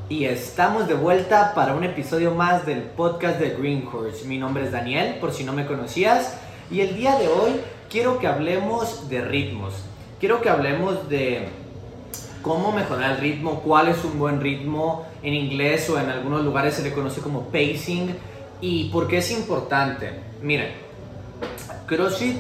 Y estamos de vuelta para un episodio más del podcast de Green Horse. Mi nombre es Daniel, por si no me conocías, y el día de hoy quiero que hablemos de ritmos. Quiero que hablemos de cómo mejorar el ritmo, cuál es un buen ritmo. En inglés o en algunos lugares se le conoce como pacing, y por qué es importante. Miren, CrossFit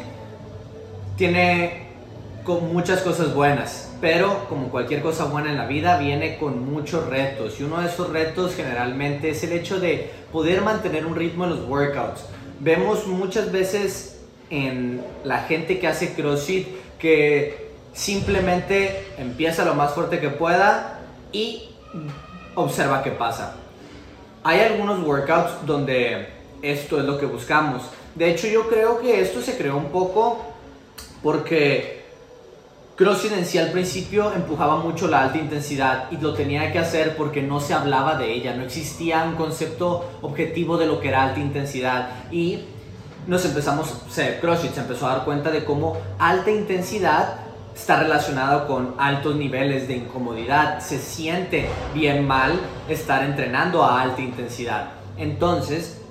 tiene con muchas cosas buenas, pero como cualquier cosa buena en la vida viene con muchos retos, y uno de esos retos generalmente es el hecho de poder mantener un ritmo en los workouts. Vemos muchas veces en la gente que hace CrossFit que simplemente empieza lo más fuerte que pueda y observa qué pasa. Hay algunos workouts donde esto es lo que buscamos. De hecho, yo creo que esto se creó un poco porque CrossFit en sí al principio empujaba mucho la alta intensidad y lo tenía que hacer porque no se hablaba de ella, no existía un concepto objetivo de lo que era alta intensidad, y CrossFit se empezó a dar cuenta de cómo alta intensidad está relacionado con altos niveles de incomodidad. Se siente bien mal estar entrenando a alta intensidad. Entonces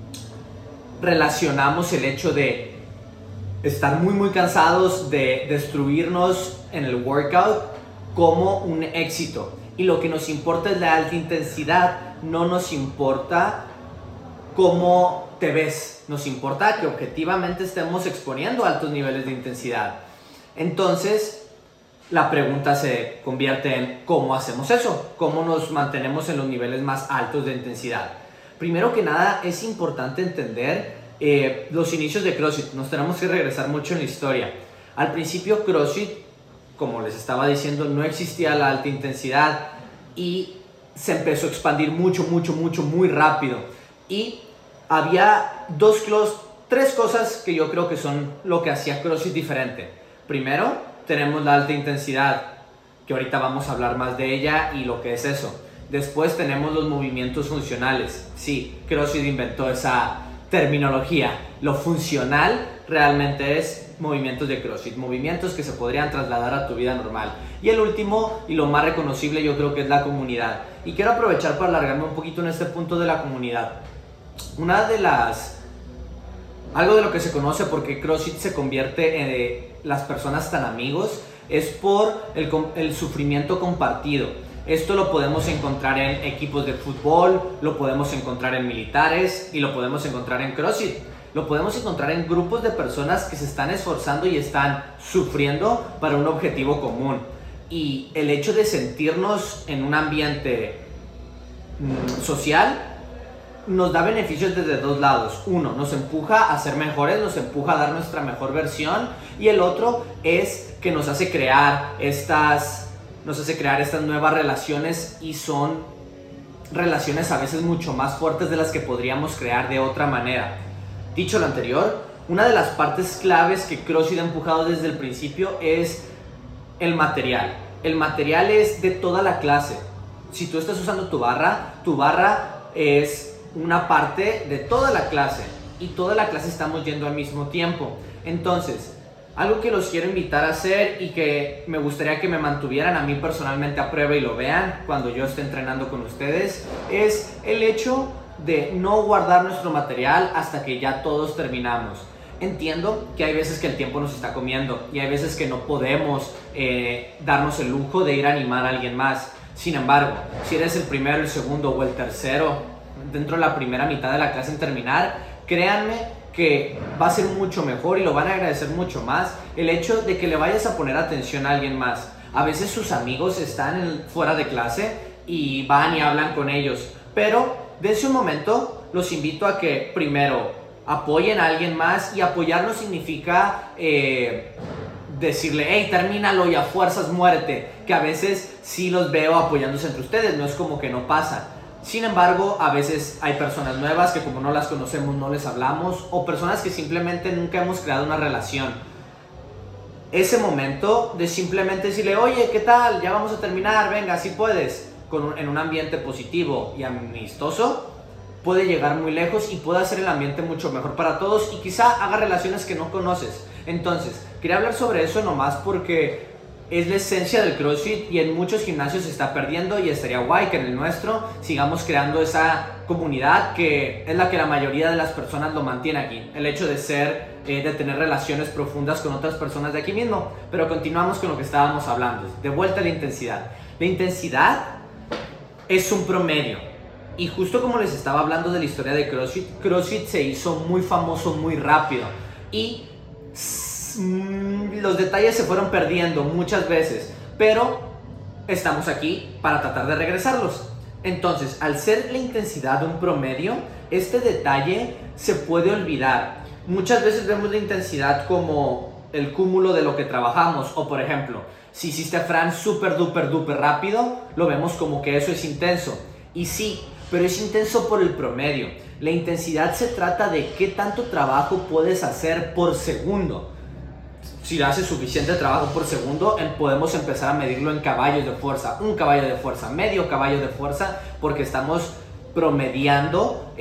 relacionamos el hecho de estar muy cansados, de destruirnos en el workout, como un éxito. Y lo que nos importa es la alta intensidad, no nos importa cómo te ves, nos importa que objetivamente estemos exponiendo altos niveles de intensidad. Entonces la pregunta se convierte en ¿cómo hacemos eso? ¿Cómo nos mantenemos en los niveles más altos de intensidad? Primero que nada es importante entender los inicios de CrossFit. Nos tenemos que regresar mucho en la historia. Al principio CrossFit, como les estaba diciendo, no existía la alta intensidad y se empezó a expandir mucho, muy rápido. Y había tres cosas que yo creo que son lo que hacía CrossFit diferente. Primero, tenemos la alta intensidad, que ahorita vamos a hablar más de ella y lo que es eso. Después tenemos los movimientos funcionales. Sí, CrossFit inventó esa terminología. Lo funcional realmente es movimientos de CrossFit, movimientos que se podrían trasladar a tu vida normal. Y el último y lo más reconocible yo creo que es la comunidad. Y quiero aprovechar para alargarme un poquito en este punto de la comunidad. Algo de lo que se conoce porque CrossFit se convierte en las personas tan amigos es por el sufrimiento compartido. Esto lo podemos encontrar en equipos de fútbol, lo podemos encontrar en militares y lo podemos encontrar en CrossFit. Lo podemos encontrar en grupos de personas que se están esforzando y están sufriendo para un objetivo común. Y el hecho de sentirnos en un ambiente social nos da beneficios desde dos lados. Uno, nos empuja a ser mejores, nos empuja a dar nuestra mejor versión, y el otro es que nos hace crear estas nuevas relaciones, y son relaciones a veces mucho más fuertes de las que podríamos crear de otra manera. Dicho lo anterior, una de las partes claves que CrossFit ha empujado desde el principio es el material. El material es de toda la clase. Si tú estás usando tu barra es una parte de toda la clase, y toda la clase estamos yendo al mismo tiempo. Entonces, algo que los quiero invitar a hacer y que me gustaría que me mantuvieran a mí personalmente a prueba y lo vean cuando yo esté entrenando con ustedes, es el hecho de no guardar nuestro material hasta que ya todos terminamos. Entiendo que hay veces que el tiempo nos está comiendo y hay veces que no podemos darnos el lujo de ir a animar a alguien más. Sin embargo, si eres el primero, el segundo o el tercero dentro de la primera mitad de la clase en terminar, créanme que va a ser mucho mejor y lo van a agradecer mucho más el hecho de que le vayas a poner atención a alguien más. A veces sus amigos están fuera de clase y van y hablan con ellos, pero desde un momento los invito a que primero apoyen a alguien más, y apoyar no significa decirle hey, termínalo y a fuerzas muérete, que a veces sí los veo apoyándose entre ustedes, no es como que no pasa. Sin embargo, a veces hay personas nuevas que como no las conocemos no les hablamos, o personas que simplemente nunca hemos creado una relación. Ese momento de simplemente decirle oye, ¿qué tal? Ya vamos a terminar, venga, si puedes, en un ambiente positivo y amistoso, puede llegar muy lejos y puede hacer el ambiente mucho mejor para todos, y quizá haga relaciones que no conoces. Entonces, quería hablar sobre eso nomás porque es la esencia del CrossFit y en muchos gimnasios se está perdiendo, y estaría guay que en el nuestro sigamos creando esa comunidad que es la que la mayoría de las personas lo mantiene aquí. El hecho de de tener relaciones profundas con otras personas de aquí mismo. Pero continuamos con lo que estábamos hablando. De vuelta a la intensidad. La intensidad es un promedio. Y justo como les estaba hablando de la historia de CrossFit, CrossFit se hizo muy famoso muy rápido. Y los detalles se fueron perdiendo muchas veces, pero estamos aquí para tratar de regresarlos. Entonces, al ser la intensidad un promedio, este detalle se puede olvidar. Muchas veces vemos la intensidad como el cúmulo de lo que trabajamos, o por ejemplo, si hiciste Fran súper duper duper rápido, lo vemos como que eso es intenso. Y sí, pero es intenso por el promedio. La intensidad se trata de qué tanto trabajo puedes hacer por segundo. Si haces suficiente trabajo por segundo, podemos empezar a medirlo en caballos de fuerza. Un caballo de fuerza, medio caballo de fuerza, porque estamos promediando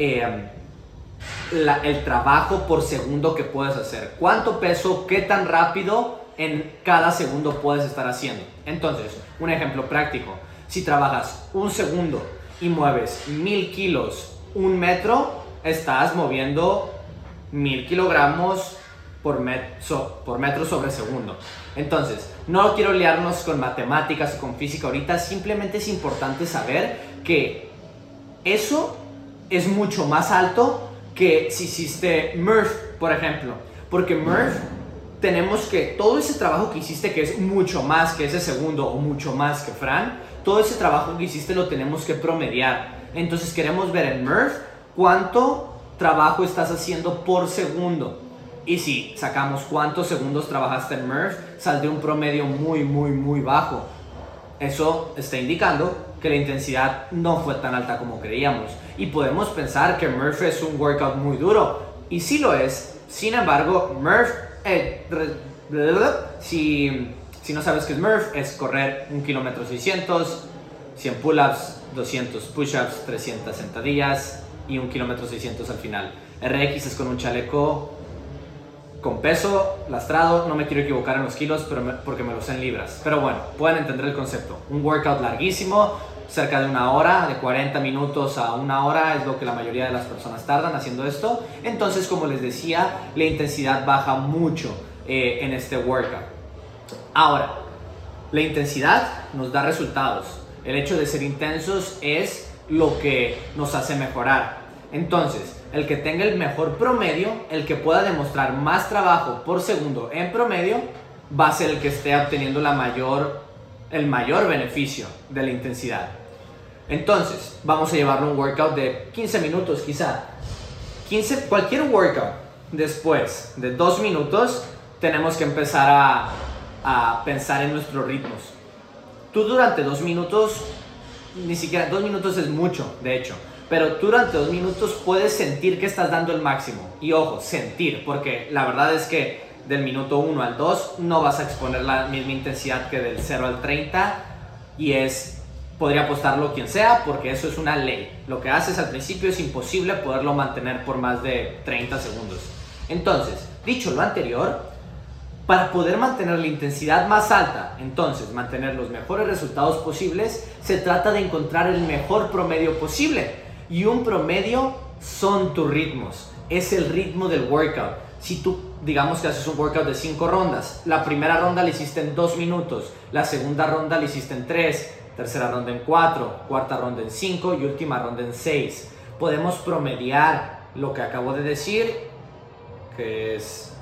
el trabajo por segundo que puedes hacer. ¿Cuánto peso, qué tan rápido en cada segundo puedes estar haciendo? Entonces, un ejemplo práctico. Si trabajas un segundo y mueves 1000 kilos, 1 metro, estás moviendo 1000 kilogramos por metro sobre segundo. Entonces, no quiero liarnos con matemáticas o con física ahorita, simplemente es importante saber que eso es mucho más alto que si hiciste Murph, por ejemplo. Porque Murph, tenemos que todo ese trabajo que hiciste, que es mucho más que ese segundo o mucho más que Fran, todo ese trabajo que hiciste lo tenemos que promediar. Entonces queremos ver en Murph cuánto trabajo estás haciendo por segundo. Y si sacamos cuántos segundos trabajaste en Murph, saldría un promedio muy, muy, muy bajo. Eso está indicando que la intensidad no fue tan alta como creíamos. Y podemos pensar que Murph es un workout muy duro. Y sí lo es. Sin embargo, Murph, si no sabes qué es Murph, es correr 1 kilómetro 600, 100 pull-ups, 200 push-ups, 300 sentadillas y 1 kilómetro 600 al final. RX es con un chaleco con peso, lastrado, no me quiero equivocar en los kilos porque me lo sé en libras. Pero bueno, pueden entender el concepto. Un workout larguísimo, cerca de 1 hora, de 40 minutos a 1 hora es lo que la mayoría de las personas tardan haciendo esto. Entonces, como les decía, la intensidad baja mucho en este workout. Ahora, la intensidad nos da resultados. El hecho de ser intensos es lo que nos hace mejorar. Entonces, el que tenga el mejor promedio, el que pueda demostrar más trabajo por segundo en promedio, va a ser el que esté obteniendo el mayor beneficio de la intensidad. Entonces, vamos a llevarlo un workout de 15 minutos quizá. Cualquier workout después de 2 minutos, tenemos que empezar a pensar en nuestros ritmos. Tú durante 2 minutos, ni siquiera 2 minutos es mucho, de hecho, pero tú durante 2 minutos puedes sentir que estás dando el máximo. Y ojo, sentir, porque la verdad es que del minuto 1 al 2 no vas a exponer la misma intensidad que del 0 al 30, y podría apostarlo quien sea, porque eso es una ley. Lo que haces al principio es imposible poderlo mantener por más de 30 segundos. Entonces, dicho lo anterior, para poder mantener la intensidad más alta, entonces mantener los mejores resultados posibles, se trata de encontrar el mejor promedio posible. Y un promedio son tus ritmos, es el ritmo del workout. Si tú, digamos que haces un workout de 5 rondas, la primera ronda la hiciste en 2 minutos, la segunda ronda la hiciste en 3, tercera ronda en 4, cuarta ronda en 5 y última ronda en 6. Podemos promediar lo que acabo de decir, que es...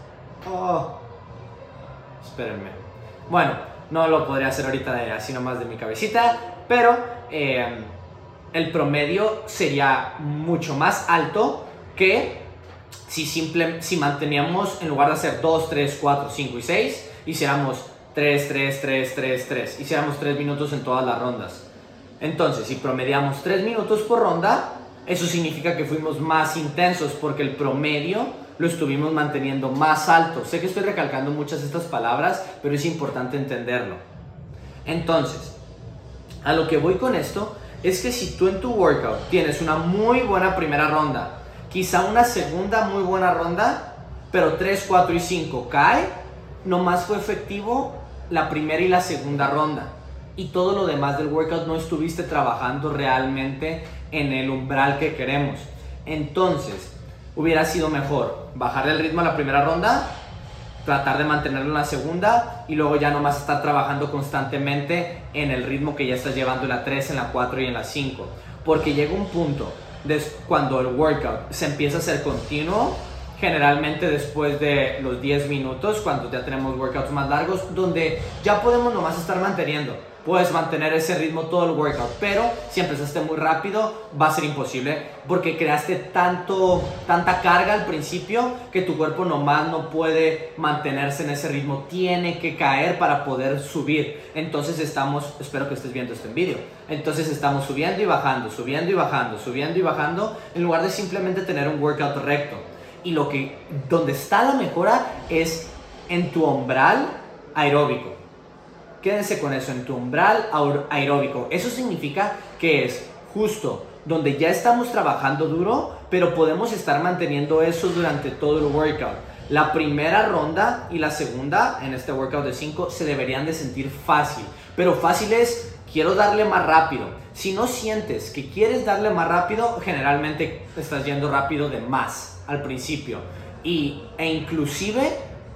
espérenme. Bueno, no lo podría hacer ahorita así nomás de mi cabecita, pero el promedio sería mucho más alto que si manteníamos, en lugar de hacer 2, 3, 4, 5 y 6, hiciéramos 3, 3, 3, 3, 3. Hiciéramos 3 minutos en todas las rondas. Entonces, si promediamos 3 minutos por ronda, eso significa que fuimos más intensos porque el promedio lo estuvimos manteniendo más alto. Sé que estoy recalcando muchas de estas palabras, pero es importante entenderlo. Entonces, a lo que voy con esto es que si tú en tu workout tienes una muy buena primera ronda, quizá una segunda muy buena ronda, pero 3, 4 y 5 cae, nomás fue efectivo la primera y la segunda ronda y todo lo demás del workout no estuviste trabajando realmente en el umbral que queremos. Entonces, hubiera sido mejor bajar el ritmo a la primera ronda, tratar de mantenerlo en la segunda y luego ya nomás estar trabajando constantemente en el ritmo que ya estás llevando en la 3, en la 4 y en la 5. Porque llega un punto cuando el workout se empieza a hacer continuo, generalmente después de los 10 minutos, cuando ya tenemos workouts más largos, donde ya podemos nomás estar manteniendo. Puedes mantener ese ritmo todo el workout, pero si empezaste muy rápido va a ser imposible porque creaste tanta carga al principio que tu cuerpo nomás no puede mantenerse en ese ritmo, tiene que caer para poder subir. Entonces espero que estés viendo este video, entonces estamos subiendo y bajando, subiendo y bajando, subiendo y bajando, en lugar de simplemente tener un workout recto. Y donde está la mejora es en tu umbral aeróbico. Quédense con eso, en tu umbral aeróbico. Eso significa que es justo donde ya estamos trabajando duro, pero podemos estar manteniendo eso durante todo el workout. La primera ronda y la segunda en este workout de 5 se deberían de sentir fácil, pero fácil es quiero darle más rápido. Si no sientes que quieres darle más rápido, generalmente estás yendo rápido de más al principio. E inclusive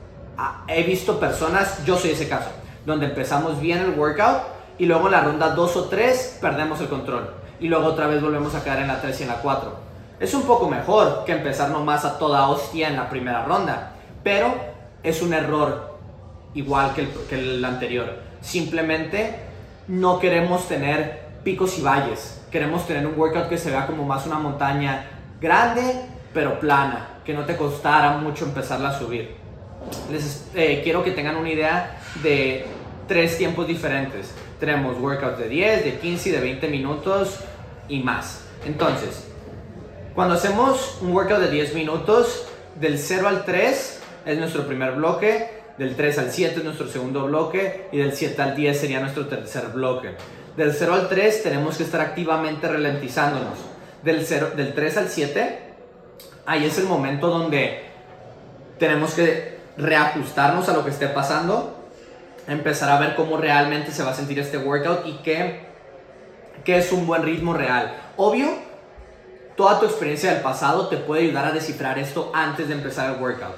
he visto personas, yo soy ese caso, donde empezamos bien el workout y luego en la ronda 2 o 3 perdemos el control y luego otra vez volvemos a caer en la 3 y en la 4. Es un poco mejor que empezar nomás a toda hostia en la primera ronda, pero es un error igual que el anterior. Simplemente no queremos tener picos y valles, queremos tener un workout que se vea como más una montaña grande pero plana, que no te costara mucho empezarla a subir. Quiero que tengan una idea de 3 tiempos diferentes. Tenemos workouts de 10, de 15 y de 20 minutos y más. Entonces, cuando hacemos un workout de 10 minutos, del 0 al 3 es nuestro primer bloque, del 3 al 7 es nuestro segundo bloque y del 7 al 10 sería nuestro tercer bloque. Del 0 al 3 tenemos que estar activamente ralentizándonos. Del 3 al 7, ahí es el momento donde tenemos que reajustarnos a lo que esté pasando, empezar a ver cómo realmente se va a sentir este workout y qué es un buen ritmo real. Obvio, toda tu experiencia del pasado te puede ayudar a descifrar esto antes de empezar el workout.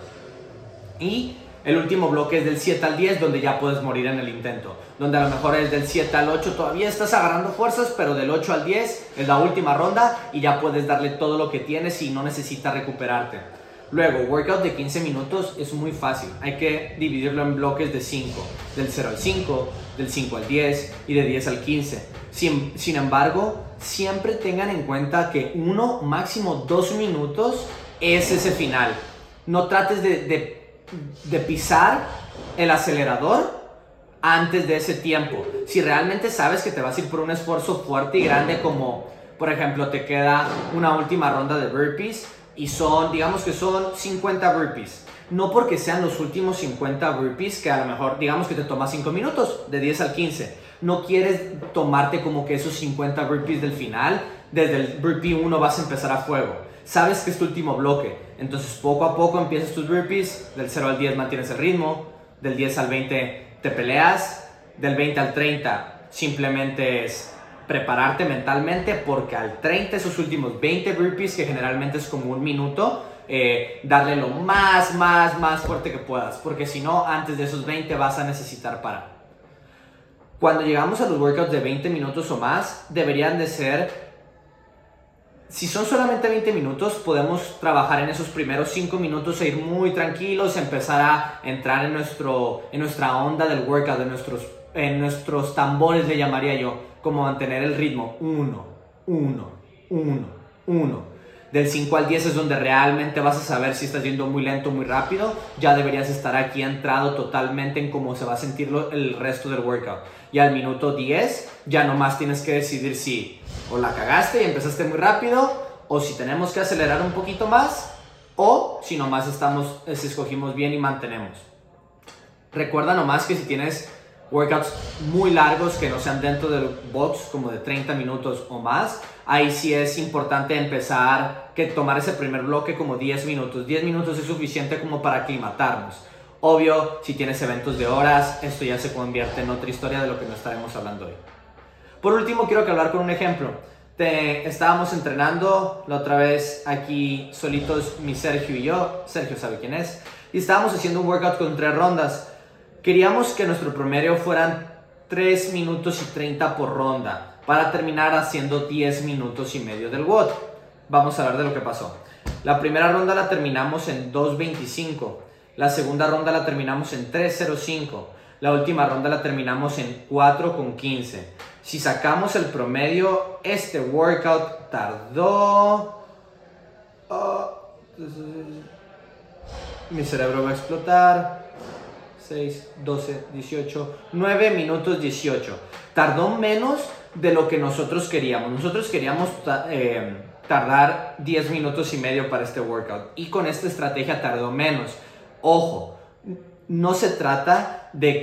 Y el último bloque es del 7 al 10, donde ya puedes morir en el intento, donde a lo mejor es del 7 al 8 todavía estás agarrando fuerzas, pero del 8 al 10 es la última ronda y ya puedes darle todo lo que tienes y no necesitas recuperarte. Luego, workout de 15 minutos es muy fácil. Hay que dividirlo en bloques de 5. Del 0 al 5, del 5 al 10 y de 10 al 15. Sin embargo, siempre tengan en cuenta que 1, máximo 2 minutos es ese final. No trates de pisar el acelerador antes de ese tiempo. Si realmente sabes que te vas a ir por un esfuerzo fuerte y grande, como por ejemplo te queda una última ronda de burpees, y digamos que son 50 burpees. No porque sean los últimos 50 burpees, que a lo mejor, digamos que te toma 5 minutos, de 10 al 15. No quieres tomarte como que esos 50 burpees del final, desde el burpee 1 vas a empezar a fuego. Sabes que es tu último bloque, entonces poco a poco empiezas tus burpees, del 0 al 10 mantienes el ritmo, del 10 al 20 te peleas, del 20 al 30 simplemente es prepararte mentalmente, porque al 30, esos últimos 20 burpees, que generalmente es como un minuto, darle lo más fuerte que puedas, porque si no, antes de esos 20 vas a necesitar parar. Cuando llegamos a los workouts de 20 minutos o más, deberían de ser, si son solamente 20 minutos, podemos trabajar en esos primeros 5 minutos e ir muy tranquilos, empezar a entrar en nuestra onda del workout, en nuestros tambores, le llamaría yo, como mantener el ritmo. 1, 1, 1, 1. Del 5 al 10 es donde realmente vas a saber si estás yendo muy lento o muy rápido. Ya deberías estar aquí entrado totalmente en cómo se va a sentir el resto del workout. Y al minuto 10 ya nomás tienes que decidir si o la cagaste y empezaste muy rápido, o si tenemos que acelerar un poquito más, o si nomás escogimos bien y mantenemos. Recuerda nomás que si tienes workouts muy largos que no sean dentro del box, como de 30 minutos o más, ahí sí es importante tomar ese primer bloque como 10 minutos. 10 minutos es suficiente como para aclimatarnos. Obvio, si tienes eventos de horas, esto ya se convierte en otra historia de lo que no estaremos hablando hoy. Por último, quiero que hablar con un ejemplo. Estábamos entrenando la otra vez aquí solitos, mi Sergio y yo. Sergio sabe quién es. Y estábamos haciendo un workout con 3 rondas. Queríamos que nuestro promedio fueran 3 minutos y 30 por ronda para terminar haciendo 10 minutos y medio del WOD. Vamos a hablar de lo que pasó. La primera ronda la terminamos en 2.25. La segunda ronda la terminamos en 3.05. La última ronda la terminamos en 4.15. Si sacamos el promedio, este workout tardó... mi cerebro va a explotar. 6, 12, 18, 9 minutos 18. Tardó menos de lo que nosotros queríamos. Nosotros queríamos tardar 10 minutos y medio para este workout. Y con esta estrategia tardó menos. Ojo, no se trata de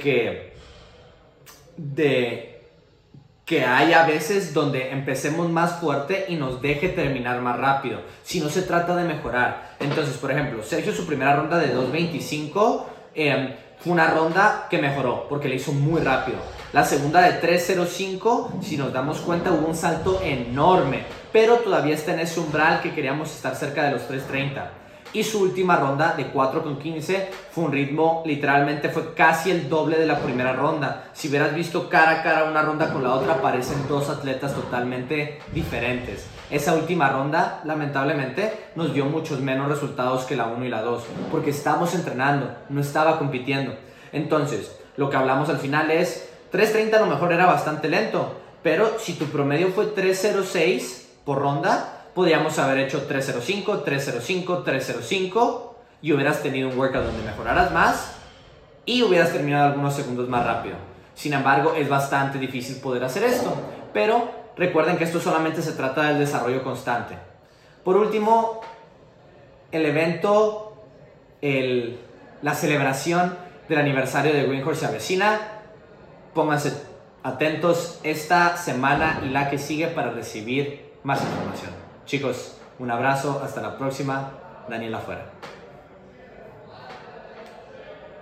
que haya veces donde empecemos más fuerte y nos deje terminar más rápido, sino se trata de mejorar. Entonces, por ejemplo, Sergio, su primera ronda de 2.25 fue una ronda que mejoró porque le hizo muy rápido. La segunda de 3.05, si nos damos cuenta, hubo un salto enorme, pero todavía está en ese umbral que queríamos estar cerca de los 3.30. Y su última ronda de 4.15 fue un ritmo, literalmente fue casi el doble de la primera ronda. Si hubieras visto cara a cara una ronda con la otra, parecen 2 atletas totalmente diferentes. Esa última ronda, lamentablemente, nos dio muchos menos resultados que la 1 y la 2, porque estábamos entrenando, no estaba compitiendo. Entonces, lo que hablamos al final es, 3.30 a lo mejor era bastante lento, pero si tu promedio fue 3.06 por ronda, podríamos haber hecho 3.05, 3.05, 3.05 y hubieras tenido un workout donde mejoraras más y hubieras terminado algunos segundos más rápido. Sin embargo, es bastante difícil poder hacer esto, pero recuerden que esto solamente se trata del desarrollo constante. Por último, el evento, la celebración del aniversario de Green Horse se avecina. Pónganse atentos esta semana y la que sigue para recibir más información. Chicos, un abrazo, hasta la próxima. Daniel afuera.